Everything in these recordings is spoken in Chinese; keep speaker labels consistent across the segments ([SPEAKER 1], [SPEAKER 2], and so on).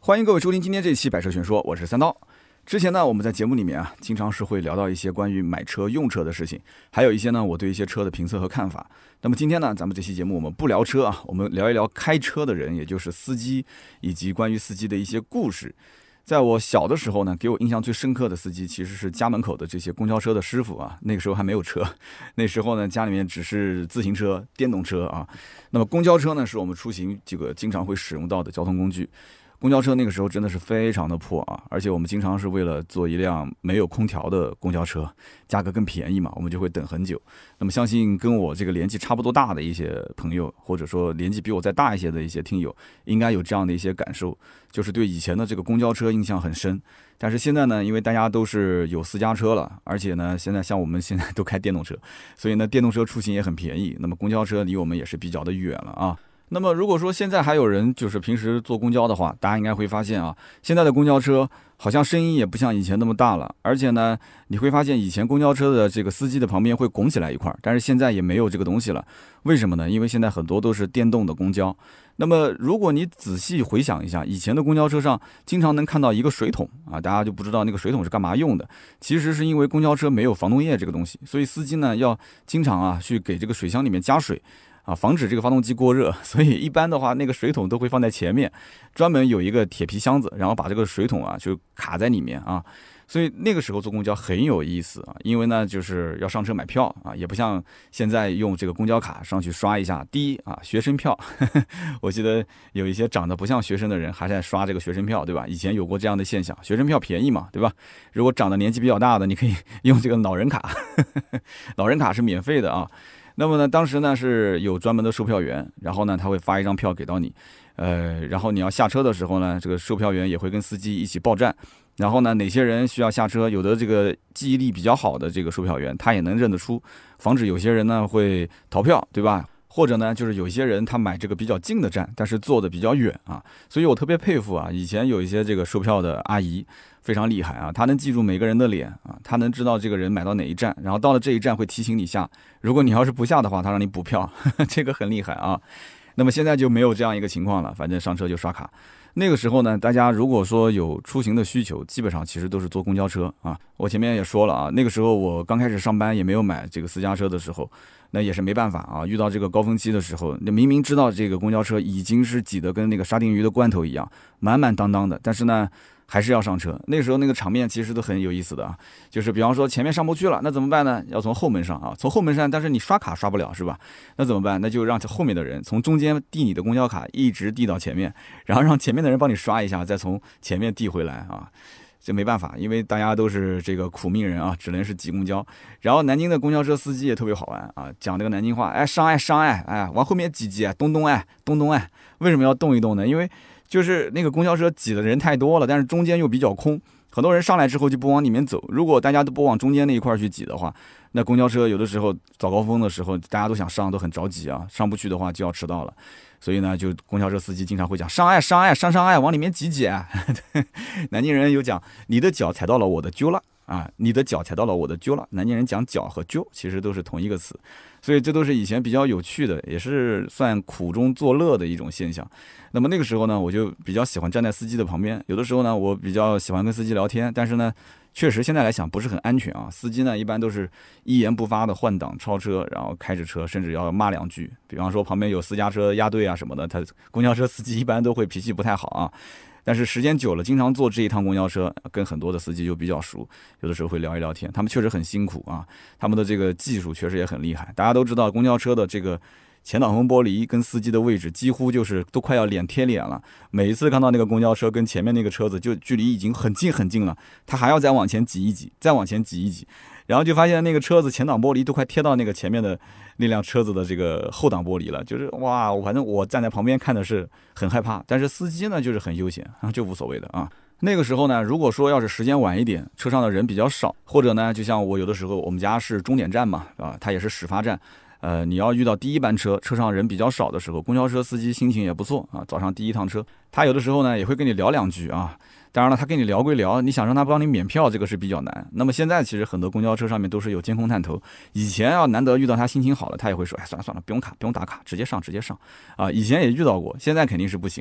[SPEAKER 1] 欢迎各位收听今天这期百车全说，我是三刀。之前呢，我们在节目里面啊，经常是会聊到一些关于买车用车的事情，还有一些呢，我对一些车的评测和看法。那么今天呢，咱们这期节目我们不聊车啊，我们聊一聊开车的人，也就是司机，以及关于司机的一些故事。在我小的时候呢，给我印象最深刻的司机其实是家门口的这些公交车的师傅啊。那个时候还没有车，那时候呢，家里面只是自行车、电动车啊。那么公交车呢，是我们出行这个经常会使用到的交通工具。公交车那个时候真的是非常的破啊，而且我们经常是为了坐一辆没有空调的公交车，价格更便宜嘛，我们就会等很久。那么相信跟我这个年纪差不多大的一些朋友，或者说年纪比我再大一些的一些听友，应该有这样的一些感受，就是对以前的这个公交车印象很深。但是现在呢，因为大家都是有私家车了，而且呢，现在像我们现在都开电动车，所以呢，电动车出行也很便宜，那么公交车离我们也是比较的远了啊。那么如果说现在还有人就是平时坐公交的话，大家应该会发现啊，现在的公交车好像声音也不像以前那么大了，而且呢，你会发现以前公交车的这个司机的旁边会拱起来一块，但是现在也没有这个东西了。为什么呢？因为现在很多都是电动的公交。那么如果你仔细回想一下，以前的公交车上经常能看到一个水桶啊，大家就不知道那个水桶是干嘛用的。其实是因为公交车没有防冻液这个东西，所以司机呢要经常啊去给这个水箱里面加水。防止这个发动机过热，所以一般的话，那个水桶都会放在前面，专门有一个铁皮箱子，然后把这个水桶啊就卡在里面啊。所以那个时候坐公交很有意思啊，因为呢就是要上车买票啊，也不像现在用这个公交卡上去刷一下。第一啊，学生票，我记得有一些长得不像学生的人还在刷这个学生票，对吧？以前有过这样的现象，学生票便宜嘛，对吧？如果长得年纪比较大的，你可以用这个老人卡，老人卡是免费的啊。那么呢，当时呢是有专门的售票员，然后呢他会发一张票给到你，然后你要下车的时候呢，这个售票员也会跟司机一起报站，然后呢哪些人需要下车，有的这个记忆力比较好的这个售票员，他也能认得出，防止有些人呢会逃票，对吧？或者呢，就是有一些人他买这个比较近的站，但是坐的比较远啊，所以我特别佩服啊，以前有一些这个售票的阿姨非常厉害啊，她能记住每个人的脸啊，她能知道这个人买到哪一站，然后到了这一站会提醒你下，如果你要是不下的话，她让你补票，这个很厉害啊。那么现在就没有这样一个情况了，反正上车就刷卡。那个时候呢，大家如果说有出行的需求，基本上其实都是坐公交车啊。我前面也说了啊，那个时候我刚开始上班也没有买这个私家车的时候，那也是没办法啊。遇到这个高峰期的时候，那明明知道这个公交车已经是挤得跟那个沙丁鱼的罐头一样，满满当当的，但是呢，还是要上车。那个时候那个场面其实都很有意思的啊，就是比方说前面上不去了，那怎么办呢？要从后门上啊，从后门上，但是你刷卡刷不了是吧？那怎么办？那就让后面的人从中间递你的公交卡，一直递到前面，然后让前面的人帮你刷一下，再从前面递回来啊。这没办法，因为大家都是这个苦命人啊，只能是挤公交。然后南京的公交车司机也特别好玩啊，讲这个南京话，哎，上爱上爱，哎，往后面挤挤，东东爱东东爱。为什么要动一动呢？因为就是那个公交车挤的人太多了，但是中间又比较空，很多人上来之后就不往里面走。如果大家都不往中间那一块去挤的话，那公交车有的时候早高峰的时候，大家都想上，都很着急啊，上不去的话就要迟到了。所以呢，就公交车司机经常会讲上爱上爱上爱，往里面挤挤。南京人有讲你的脚踩到了我的揪了啊，你的脚踩到了我的揪了。南京人讲脚和揪其实都是同一个词，所以这都是以前比较有趣的，也是算苦中作乐的一种现象。那么那个时候呢，我就比较喜欢站在司机的旁边，有的时候呢，我比较喜欢跟司机聊天，但是呢，确实现在来讲不是很安全啊。司机呢一般都是一言不发的换挡超车，然后开着车，甚至要骂两句。比方说旁边有私家车压队啊什么的，他公交车司机一般都会脾气不太好啊。但是时间久了，经常坐这一趟公交车，跟很多的司机就比较熟，有的时候会聊一聊天。他们确实很辛苦啊，他们的这个技术确实也很厉害。大家都知道，公交车的这个前挡风玻璃跟司机的位置几乎就是都快要脸贴脸了。每一次看到那个公交车跟前面那个车子就距离已经很近很近了，他还要再往前挤一挤，再往前挤一挤，然后就发现那个车子前挡玻璃都快贴到那个前面的那辆车子的这个后挡玻璃了，就是哇，反正我站在旁边看的是很害怕，但是司机呢就是很悠闲啊，就无所谓的啊。那个时候呢，如果说要是时间晚一点，车上的人比较少，或者呢，就像我有的时候，我们家是终点站嘛，啊，它也是始发站，你要遇到第一班车，车上人比较少的时候，公交车司机心情也不错啊，早上第一趟车，他有的时候呢也会跟你聊两句啊。当然了，他跟你聊归聊，你想让他帮你免票，这个是比较难。那么现在其实很多公交车上面都是有监控探头，以前要难得遇到他心情好了，他也会说，哎，算了算了，不用卡，不用打卡，直接上，啊，以前也遇到过，现在肯定是不行了。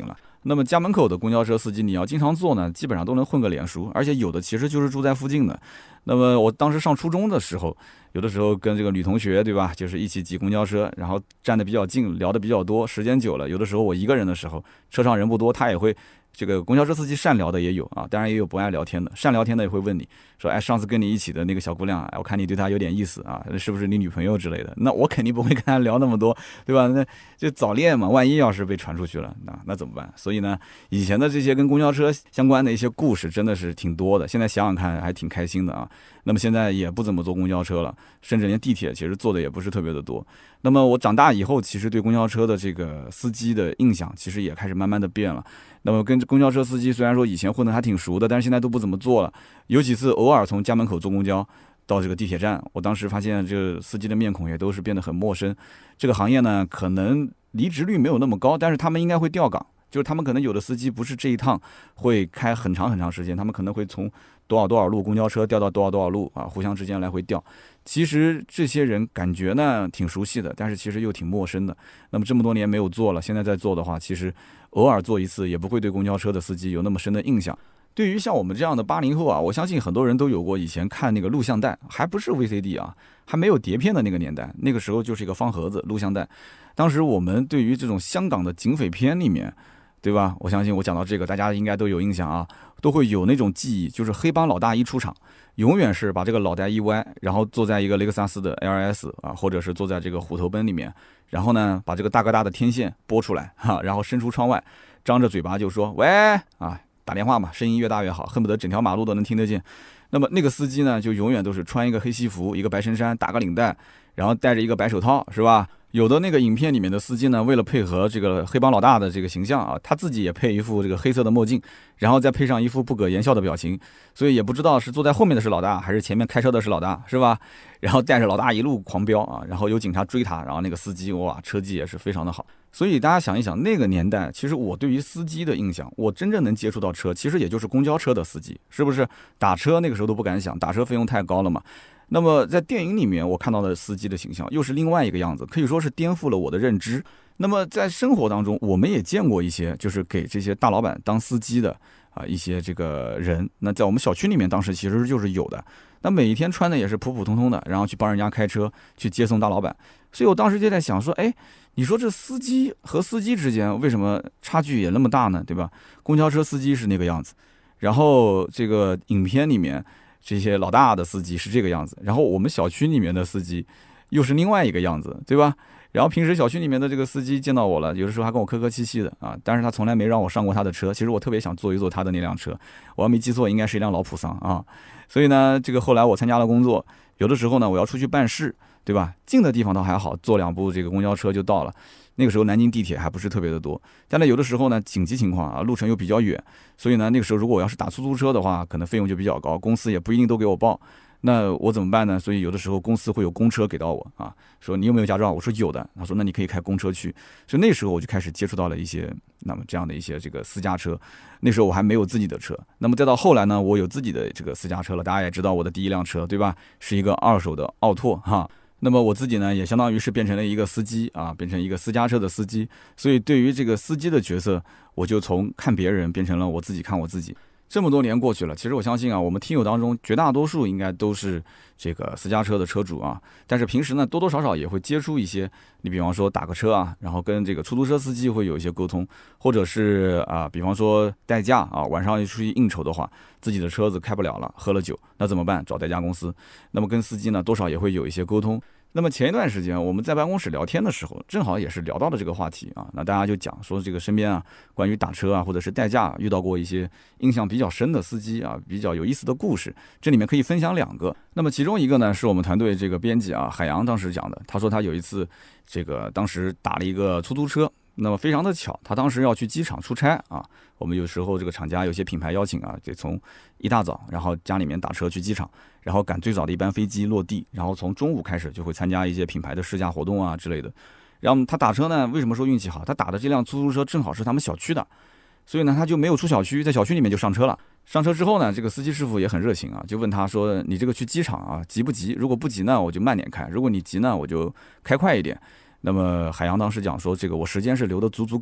[SPEAKER 1] 那么家门口的公交车司机，你要经常坐呢，基本上都能混个脸熟，而且有的其实就是住在附近的。那么我当时上初中的时候，有的时候跟这个女同学，对吧，就是一起挤公交车，然后站得比较近，聊得比较多，时间久了，有的时候我一个人的时候，车上人不多，他也会。这个公交车司机善聊的也有啊，当然也有不爱聊天的。善聊天的也会问你说，哎，上次跟你一起的那个小姑娘，我看你对她有点意思啊，是不是你女朋友之类的？那我肯定不会跟她聊那么多，对吧？那就早恋嘛，万一要是被传出去了，那怎么办？所以呢，以前的这些跟公交车相关的一些故事真的是挺多的。现在想想看，还挺开心的啊。那么现在也不怎么坐公交车了，甚至连地铁其实坐的也不是特别的多。那么我长大以后，其实对公交车的这个司机的印象，其实也开始慢慢的变了。那么跟公交车司机虽然说以前混得还挺熟的，但是现在都不怎么做了。有几次偶尔从家门口坐公交到这个地铁站，我当时发现这个司机的面孔也都是变得很陌生。这个行业呢，可能离职率没有那么高，但是他们应该会调岗，就是他们可能有的司机不是这一趟会开很长很长时间，他们可能会从多少多少路公交车调到多少多少路啊，互相之间来回调。其实这些人感觉呢挺熟悉的，但是其实又挺陌生的。那么这么多年没有做了，现在再做的话，其实偶尔做一次也不会对公交车的司机有那么深的印象。对于像我们这样的80后啊，我相信很多人都有过以前看那个录像带，还不是 VCD 啊，还没有碟片的那个年代，那个时候就是一个方盒子录像带。当时我们对于这种香港的警匪片里面，对吧？我相信我讲到这个，大家应该都有印象啊，都会有那种记忆，就是黑帮老大一出场，永远是把这个脑袋一歪，然后坐在一个雷克萨斯的 LS 啊，或者是坐在这个虎头奔里面，然后呢，把这个大哥大的天线拨出来哈，然后伸出窗外，张着嘴巴就说喂啊，打电话嘛，声音越大越好，恨不得整条马路都能听得见。那么那个司机呢，就永远都是穿一个黑西服，一个白衬衫，打个领带，然后戴着一个白手套，是吧？有的那个影片里面的司机呢，为了配合这个黑帮老大的这个形象啊，他自己也配一副这个黑色的墨镜，然后再配上一副不可言笑的表情，所以也不知道是坐在后面的是老大，还是前面开车的是老大，是吧？然后带着老大一路狂飙啊，然后有警察追他，然后那个司机哇，车技也是非常的好。所以大家想一想，那个年代，其实我对于司机的印象，我真正能接触到车，其实也就是公交车的司机，是不是？打车那个时候都不敢想，打车费用太高了嘛。那么在电影里面我看到的司机的形象又是另外一个样子，可以说是颠覆了我的认知。那么在生活当中，我们也见过一些就是给这些大老板当司机的一些这个人。那在我们小区里面，当时其实就是有的。那每一天穿的也是普普通通的，然后去帮人家开车，去接送大老板。所以我当时就在想说，哎，你说这司机和司机之间为什么差距也那么大呢？对吧？公交车司机是那个样子，然后这个影片里面这些老大的司机是这个样子，然后我们小区里面的司机又是另外一个样子，对吧？然后平时小区里面的这个司机见到我了，有的时候还跟我客客气气的啊，但是他从来没让我上过他的车。其实我特别想坐一坐他的那辆车，我要没记错，应该是一辆老普桑啊。所以呢，这个后来我参加了工作，有的时候呢，我要出去办事，对吧？近的地方倒还好，坐2部这个公交车就到了。那个时候南京地铁还不是特别的多，但是有的时候呢，紧急情况啊，路程又比较远，所以呢，那个时候如果我要是打出租车的话，可能费用就比较高，公司也不一定都给我报。那我怎么办呢？所以有的时候公司会有公车给到我啊，说你有没有驾照？我说有的。他说那你可以开公车去。所以那时候我就开始接触到了一些那么这样的一些这个私家车。那时候我还没有自己的车。那么再到后来呢，我有自己的这个私家车了。大家也知道我的第一辆车，对吧？是一个2手的奥拓哈。那么我自己呢，也相当于是变成了一个司机啊，变成一个私家车的司机。所以对于这个司机的角色，我就从看别人变成了我自己看我自己。这么多年过去了，其实我相信啊，我们听友当中绝大多数应该都是这个私家车的车主啊。但是平时呢，多多少少也会接触一些，你比方说打个车啊，然后跟这个出租车司机会有一些沟通，或者是比方说代驾啊，晚上出去应酬的话，自己的车子开不了了，喝了酒，那怎么办？找代驾公司。那么跟司机呢，多少也会有一些沟通。那么前一段时间我们在办公室聊天的时候，正好也是聊到了这个话题啊。那大家就讲说这个身边啊，关于打车啊或者是代驾遇到过一些印象比较深的司机啊，比较有意思的故事。这里面可以分享2个。那么其中一个呢，是我们团队这个编辑啊海洋当时讲的。他说他有一次这个当时打了一个出租车，那么非常的巧，他当时要去机场出差啊。我们有时候这个厂家有些品牌邀请啊，得从一大早，然后家里面打车去机场，然后赶最早的一班飞机落地，然后从中午开始就会参加一些品牌的试驾活动啊之类的。然后他打车呢，为什么说运气好？他打的这辆出租车正好是他们小区的，所以呢他就没有出小区，在小区里面就上车了。上车之后呢，这个司机师傅也很热情啊，就问他说：“你这个去机场啊，急不急？如果不急呢，我就慢点开；如果你急呢，我就开快一点。”那么海洋当时讲说，这个我时间是留得足足够的。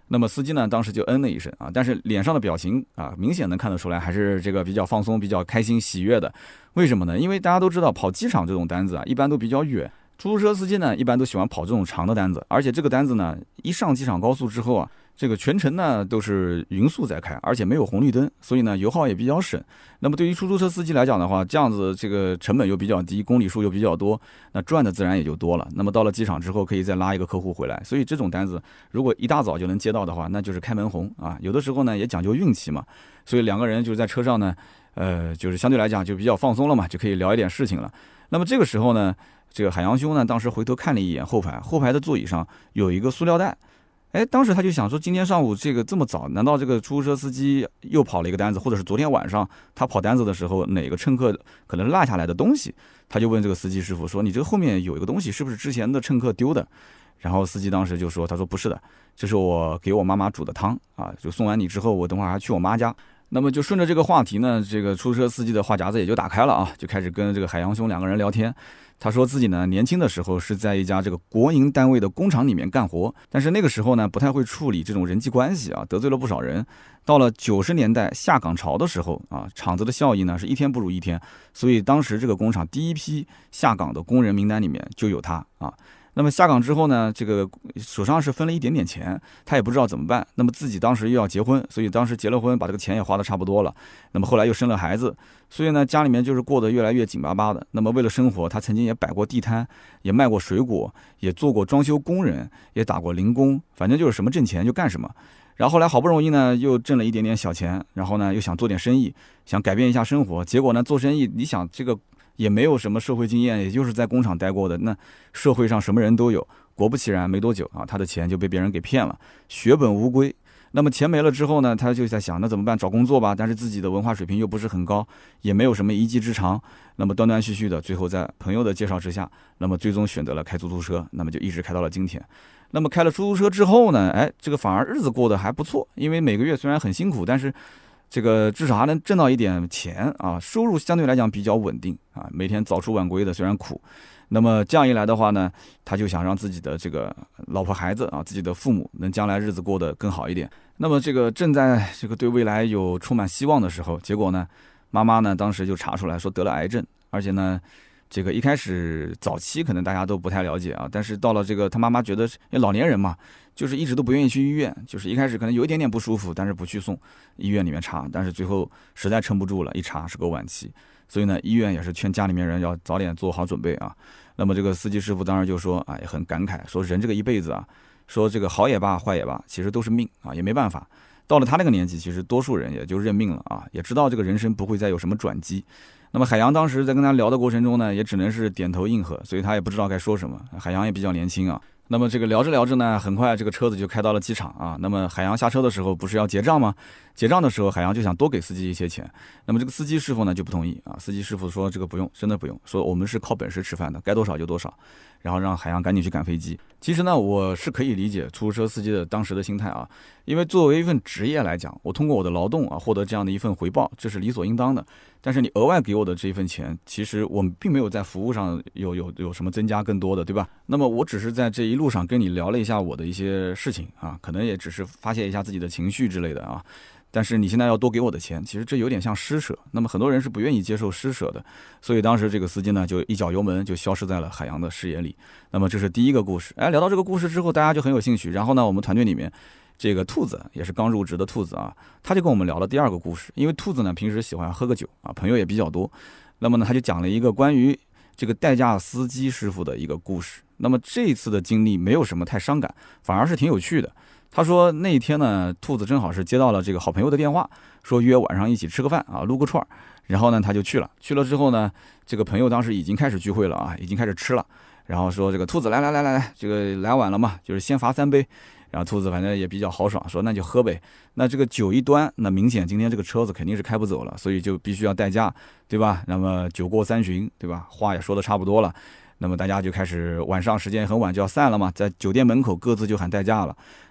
[SPEAKER 1] 那么司机呢，当时就嗯了一声啊，但是脸上的表情啊，明显能看得出来，还是这个比较放松、比较开心、喜悦的。为什么呢？因为大家都知道，跑机场这种单子啊，一般都比较远。出租车司机呢，一般都喜欢跑这种长的单子，而且这个单子呢，一上机场高速之后啊，这个全程呢都是匀速在开，而且没有红绿灯，所以呢油耗也比较省。那么对于出租车司机来讲的话，这样子这个成本又比较低，公里数又比较多，那赚的自然也就多了。那么到了机场之后，可以再拉一个客户回来，所以这种单子如果一大早就能接到的话，那就是开门红啊。有的时候呢也讲究运气嘛，所以两个人就是在车上呢，就是相对来讲就比较放松了嘛，就可以聊一点事情了。那么这个时候呢，这个海洋兄呢，当时回头看了一眼后排，后排的座椅上有一个塑料袋。当时他就想说，今天上午这个这么早，难道这个出租车司机又跑了一个单子，或者是昨天晚上他跑单子的时候，哪个乘客可能落下来的东西？他就问这个司机师傅说：“你这个后面有一个东西，是不是之前的乘客丢的？”然后司机当时就说：“他说不是的，这是我给我妈妈煮的汤啊，就送完你之后，我等会儿还去我妈家。”那么就顺着这个话题呢，这个出租车司机的话匣子也就打开了啊，就开始跟这个海洋兄两个人聊天。他说自己呢年轻的时候是在一家这个国营单位的工厂里面干活，但是那个时候呢不太会处理这种人际关系啊，得罪了不少人。到了90年代下岗潮的时候啊，厂子的效益呢是一天不如一天，所以当时这个工厂第一批下岗的工人名单里面就有他啊。那么下岗之后呢，这个手上是分了一点点钱，他也不知道怎么办。那么自己当时又要结婚，所以当时结了婚，把这个钱也花得差不多了。那么后来又生了孩子，所以呢家里面就是过得越来越紧巴巴的。那么为了生活，他曾经也摆过地摊，也卖过水果，也做过装修工人，也打过零工，反正就是什么挣钱就干什么。然后后来好不容易呢又挣了一点点小钱，然后呢又想做点生意，想改变一下生活。结果呢做生意，你想这个也没有什么社会经验，也就是在工厂待过的，那社会上什么人都有。果不其然，没多久啊，他的钱就被别人给骗了，血本无归。那么钱没了之后呢，他就在想，那怎么办？找工作吧。但是自己的文化水平又不是很高，也没有什么一技之长。那么断断续续的，最后在朋友的介绍之下，那么最终选择了开出租车，那么就一直开到了今天。那么开了出租车之后呢，这个反而日子过得还不错，因为每个月虽然很辛苦，但是这个至少还能挣到一点钱啊，收入相对来讲比较稳定啊，每天早出晚归的，虽然苦。那么这样一来的话呢，他就想让自己的这个老婆孩子啊，自己的父母能将来日子过得更好一点。那么这个正在这个对未来有充满希望的时候，结果呢，妈妈呢当时就查出来说得了癌症，而且呢，这个一开始早期可能大家都不太了解啊，但是到了这个他妈妈觉得，因为老年人嘛，就是一直都不愿意去医院，就是一开始可能有一点点不舒服，但是不去送医院里面查，但是最后实在撑不住了，一查是个晚期。所以呢，医院也是劝家里面人要早点做好准备啊。那么这个司机师傅当时就说啊，也很感慨，说人这个一辈子啊，说这个好也罢，坏也罢，其实都是命啊，也没办法。到了他那个年纪，其实多数人也就认命了啊，也知道这个人生不会再有什么转机。那么海洋当时在跟他聊的过程中呢，也只能是点头应和，所以他也不知道该说什么。海洋也比较年轻啊。那么这个聊着聊着呢，很快这个车子就开到了机场啊。那么海洋下车的时候不是要结账吗？结账的时候，海洋就想多给司机一些钱。那么这个司机师傅呢就不同意啊。司机师傅说这个不用，真的不用，说我们是靠本事吃饭的，该多少就多少。然后让海洋赶紧去赶飞机。其实呢，我是可以理解出租车司机的当时的心态啊，因为作为一份职业来讲，我通过我的劳动啊获得这样的一份回报，这是理所应当的。但是你额外给我的这一份钱，其实我们并没有在服务上有什么增加更多的，对吧？那么我只是在这一路上跟你聊了一下我的一些事情啊，可能也只是发泄一下自己的情绪之类的啊。但是你现在要多给我的钱，其实这有点像施舍。那么很多人是不愿意接受施舍的，所以当时这个司机呢就一脚油门就消失在了海洋的视野里。那么这是第一个故事。聊到这个故事之后，大家就很有兴趣。然后呢，我们团队里面这个兔子也是刚入职的兔子啊，他就跟我们聊了第二个故事。因为兔子呢平时喜欢喝个酒啊，朋友也比较多。那么呢，他就讲了一个关于这个代驾司机师傅的一个故事。那么这一次的经历没有什么太伤感，反而是挺有趣的。他说那一天呢，兔子正好是接到了这个好朋友的电话，说约晚上一起吃个饭啊，撸个串儿。然后呢，他就去了。去了之后呢，这个朋友当时已经开始聚会了啊，已经开始吃了。然后说这个兔子来，这个来晚了嘛，就是先罚3杯。然后兔子反正也比较豪爽，说那就喝呗。那这个酒一端，那明显今天这个车子肯定是开不走了，所以就必须要代驾，对吧？那么酒过3巡，对吧？话也说的差不多了。那么大家就开始晚上时间很晚就要散了嘛，在酒店门口各自就喊代驾了。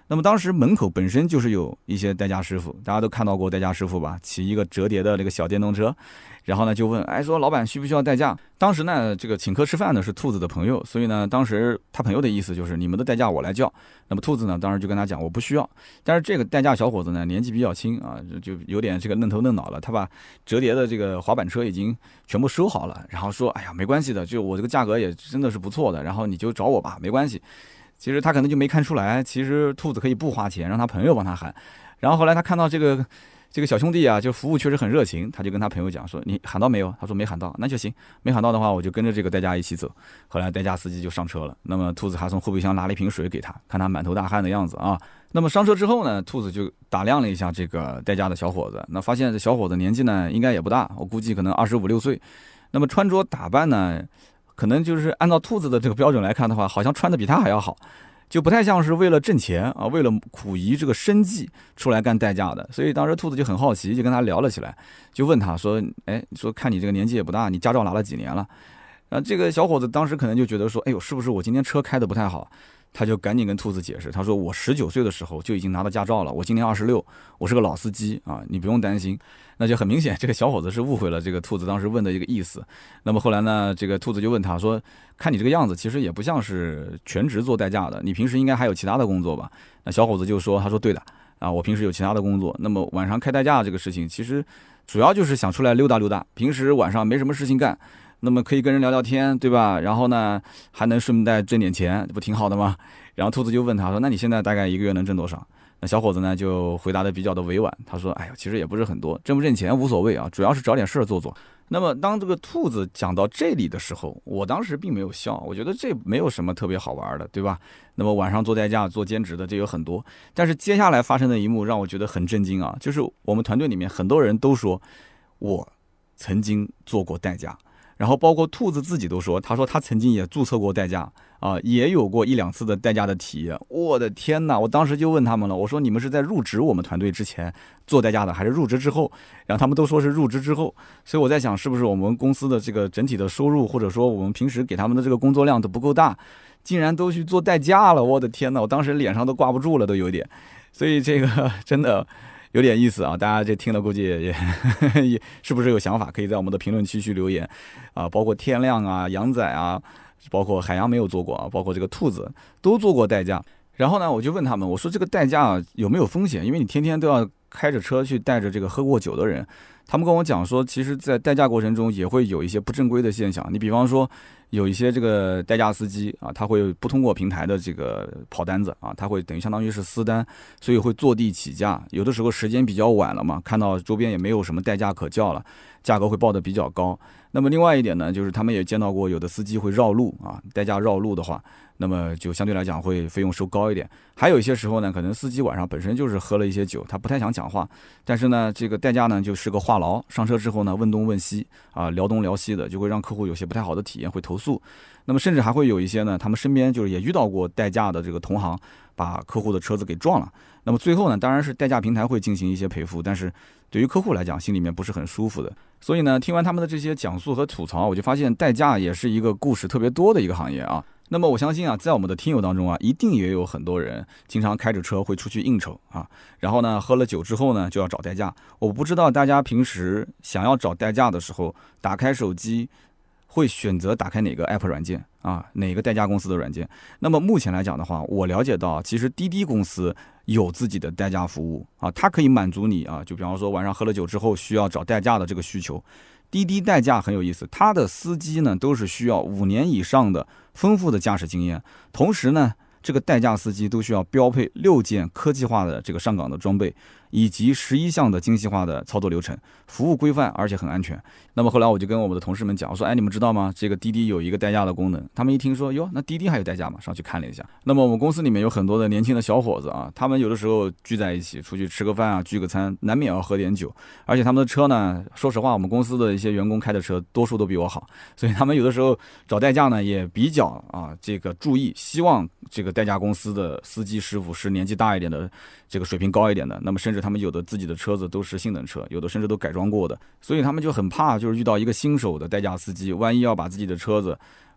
[SPEAKER 1] 那么当时门口本身就是有一些代驾师傅，大家都看到过代驾师傅吧，骑一个折叠的那个小电动车，然后呢就问，说老板需不需要代驾？当时呢这个请客吃饭的是兔子的朋友，所以呢当时他朋友的意思就是你们的代驾我来叫。那么兔子呢当时就跟他讲我不需要，但是这个代驾小伙子呢年纪比较轻啊，就有点这个嫩头嫩脑了，他把折叠的这个滑板车已经全部收好了，然后说哎呀没关系的，就我这个价格也真的是不错的，然后你就找我吧，没关系。其实他可能就没看出来，其实兔子可以不花钱，让他朋友帮他喊。然后后来他看到这个小兄弟啊，就服务确实很热情，他就跟他朋友讲说：“你喊到没有？”他说：“没喊到，那就行。没喊到的话，我就跟着这个代驾一起走。”后来代驾司机就上车了。那么兔子还从后备箱拿了一瓶水给他，看他满头大汗的样子啊。那么上车之后呢，兔子就打量了一下这个代驾的小伙子，那发现这小伙子年纪呢应该也不大，我估计可能25、6岁。那么穿着打扮呢，可能就是按照兔子的这个标准来看的话，好像穿的比他还要好，就不太像是为了挣钱啊，为了苦于这个生计出来干代驾的。所以当时兔子就很好奇，就跟他聊了起来，就问他说：“说看你这个年纪也不大，你驾照拿了几年了？”这个小伙子当时可能就觉得说：“哎呦，是不是我今天车开的不太好？”他就赶紧跟兔子解释，他说：“我19岁的时候就已经拿到驾照了，我今年26，我是个老司机啊，你不用担心。”那就很明显，这个小伙子是误会了这个兔子当时问的一个意思。那么后来呢，这个兔子就问他说：“看你这个样子，其实也不像是全职做代驾的，你平时应该还有其他的工作吧？”那小伙子就说：“他说对的啊，我平时有其他的工作。那么晚上开代驾这个事情，其实主要就是想出来溜达溜达，平时晚上没什么事情干。”那么可以跟人聊聊天，对吧？然后呢，还能顺带挣点钱，这不挺好的吗？然后兔子就问他说：“那你现在大概一个月能挣多少？”那小伙子呢就回答的比较的委婉，他说：“哎呀，其实也不是很多，挣不挣钱无所谓啊，主要是找点事儿做做。”那么当这个兔子讲到这里的时候，我当时并没有笑，我觉得这没有什么特别好玩的，对吧？那么晚上做代驾、做兼职的这有很多，但是接下来发生的一幕让我觉得很震惊啊，就是我们团队里面很多人都说我曾经做过代驾。然后包括兔子自己都说，他说他曾经也注册过代驾啊，也有过1、2次的代驾的体验。我的天哪！我当时就问他们了，我说你们是在入职我们团队之前做代驾的，还是入职之后？然后他们都说是入职之后。所以我在想，是不是我们公司的这个整体的收入，或者说我们平时给他们的这个工作量都不够大，竟然都去做代驾了？我的天哪！我当时脸上都挂不住了，都有点。所以这个真的有点意思啊！大家这听了估计也是不是有想法？可以在我们的评论区去留言啊！包括天亮啊、杨仔啊，包括海洋没有做过啊，包括这个兔子都做过代驾。然后呢，我就问他们，我说这个代驾有没有风险？因为你天天都要开着车去带着这个喝过酒的人。他们跟我讲说，其实在代驾过程中也会有一些不正规的现象。你比方说，有一些这个代驾司机啊，他会不通过平台的这个跑单子啊，他会等于相当于是私单，所以会坐地起价。有的时候时间比较晚了嘛，看到周边也没有什么代驾可叫了，价格会报得比较高。那么另外一点呢，就是他们也见到过有的司机会绕路啊，代驾绕路的话，那么就相对来讲会费用收高一点。还有一些时候呢，可能司机晚上本身就是喝了一些酒，他不太想讲话，但是呢，这个代驾呢就是个话痨，上车之后呢问东问西啊，聊东聊西的，就会让客户有些不太好的体验，会投诉。那么甚至还会有一些呢，他们身边就是也遇到过代驾的这个同行，把客户的车子给撞了。那么最后呢，当然是代驾平台会进行一些赔付，但是对于客户来讲，心里面不是很舒服的。所以呢，听完他们的这些讲述和吐槽，我就发现代驾也是一个故事特别多的一个行业啊。那么我相信啊，在我们的听友当中啊，一定也有很多人经常开着车会出去应酬啊，然后呢，喝了酒之后呢，就要找代驾。我不知道大家平时想要找代驾的时候，打开手机会选择打开哪个 app 软件啊，哪个代驾公司的软件。那么目前来讲的话，我了解到其实滴滴公司有自己的代驾服务啊，它可以满足你啊，就比方说晚上喝了酒之后需要找代驾的这个需求。滴滴代驾很有意思，它的司机呢都是需要5年以上的丰富的驾驶经验，同时呢，这个代驾司机都需要标配6件科技化的这个上岗的装备，以及11项的精细化的操作流程，服务规范而且很安全。那么后来我就跟我们的同事们讲，我说，你们知道吗？这个滴滴有一个代驾的功能。他们一听说，哟，那滴滴还有代驾吗？上去看了一下。那么我们公司里面有很多的年轻的小伙子啊，他们有的时候聚在一起出去吃个饭啊，聚个餐，难免要喝点酒。而且他们的车呢，说实话，我们公司的一些员工开的车多数都比我好，所以他们有的时候找代驾呢也比较啊这个注意，希望这个代驾公司的司机师傅是年纪大一点的，这个水平高一点的。那么甚至他们有的自己的车子都是性能车，有的甚至都改装过的，所以他们就很怕就是遇到一个新手的代驾司机，万一要把自己的车子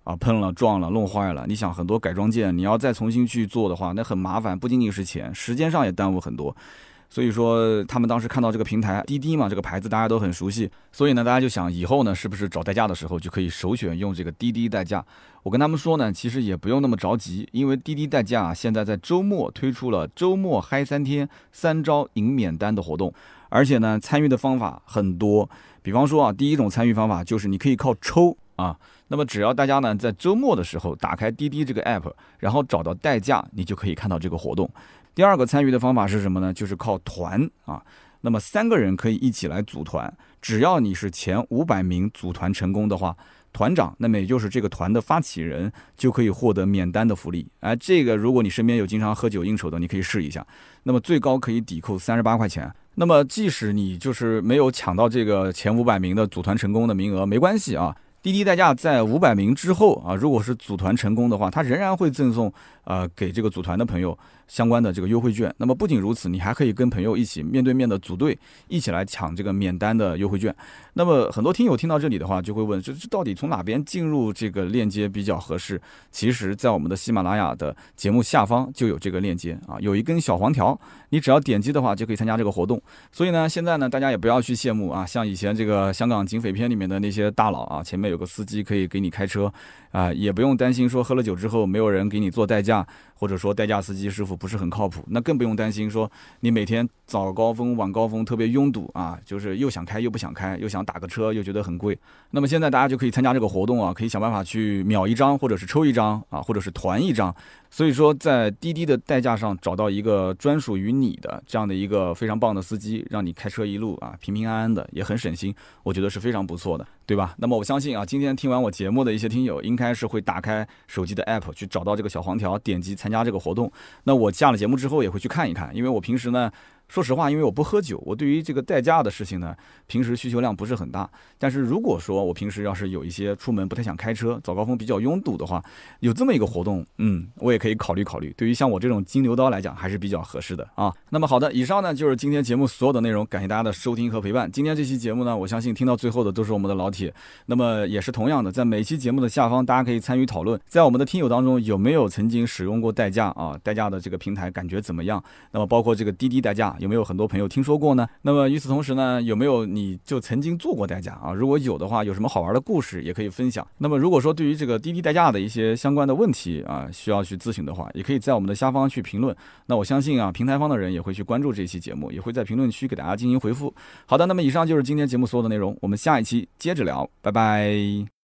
[SPEAKER 1] 啊，喷了、撞了、弄坏了，你想很多改装件你要再重新去做的话，那很麻烦，不仅仅是钱，时间上也耽误很多。所以说他们当时看到这个平台滴滴嘛，这个牌子大家都很熟悉，所以呢，大家就想以后呢，是不是找代驾的时候就可以首选用这个滴滴代驾？我跟他们说呢，其实也不用那么着急，因为滴滴代驾现在在周末推出了周末嗨3天3招赢免单的活动，而且呢，参与的方法很多。比方说啊，第一种参与方法就是你可以靠抽啊，那么只要大家呢在周末的时候打开滴滴这个 app， 然后找到代驾，你就可以看到这个活动。第二个参与的方法是什么呢？就是靠团啊。那么3个人可以一起来组团，只要你是前500名组团成功的话，团长，那么也就是这个团的发起人，就可以获得免单的福利。哎，这个如果你身边有经常喝酒应酬的，你可以试一下。那么最高可以抵扣38块钱。那么即使你就是没有抢到这个前500名的组团成功的名额，没关系啊。滴滴代驾在500名之后啊，如果是组团成功的话，它仍然会赠送给这个组团的朋友相关的这个优惠券。那么不仅如此，你还可以跟朋友一起面对面的组队，一起来抢这个免单的优惠券。那么很多听友听到这里的话，就会问，这到底从哪边进入这个链接比较合适？其实，在我们的喜马拉雅的节目下方就有这个链接啊，有一根小黄条，你只要点击的话，就可以参加这个活动。所以呢，现在呢，大家也不要去羡慕啊，像以前这个香港警匪片里面的那些大佬啊，前面有个司机可以给你开车啊，也不用担心说喝了酒之后没有人给你做代驾，或者说代驾司机师傅不是很靠谱，那更不用担心说你每天早高峰晚高峰特别拥堵啊，就是又想开又不想开，又想打个车又觉得很贵。那么现在大家就可以参加这个活动啊，可以想办法去秒一张，或者是抽一张啊，或者是团一张。所以说在滴滴的代驾上找到一个专属于你的这样的一个非常棒的司机，让你开车一路啊平平安安的，也很省心，我觉得是非常不错的，对吧？那么我相信啊，今天听完我节目的一些听友应该是会打开手机的 app 去找到这个小黄条，点击参加这个活动。那我下了节目之后也会去看一看，因为我平时呢，说实话，因为我不喝酒，我对于这个代驾的事情呢，平时需求量不是很大。但是如果说我平时要是有一些出门不太想开车，早高峰比较拥堵的话，有这么一个活动，我也可以考虑考虑。对于像我这种金牛刀来讲，还是比较合适的啊。那么好的，以上呢就是今天节目所有的内容，感谢大家的收听和陪伴。今天这期节目呢，我相信听到最后的都是我们的老铁。那么也是同样的，在每期节目的下方，大家可以参与讨论，在我们的听友当中有没有曾经使用过代驾啊？代驾的这个平台感觉怎么样？那么包括这个滴滴代驾，有没有很多朋友听说过呢？那么与此同时呢，有没有你就曾经做过代驾啊？如果有的话，有什么好玩的故事也可以分享。那么如果说对于这个滴滴代驾的一些相关的问题啊，需要去咨询的话，也可以在我们的下方去评论。那我相信啊，平台方的人也会去关注这期节目，也会在评论区给大家进行回复。好的，那么以上就是今天节目所有的内容，我们下一期接着聊，拜拜。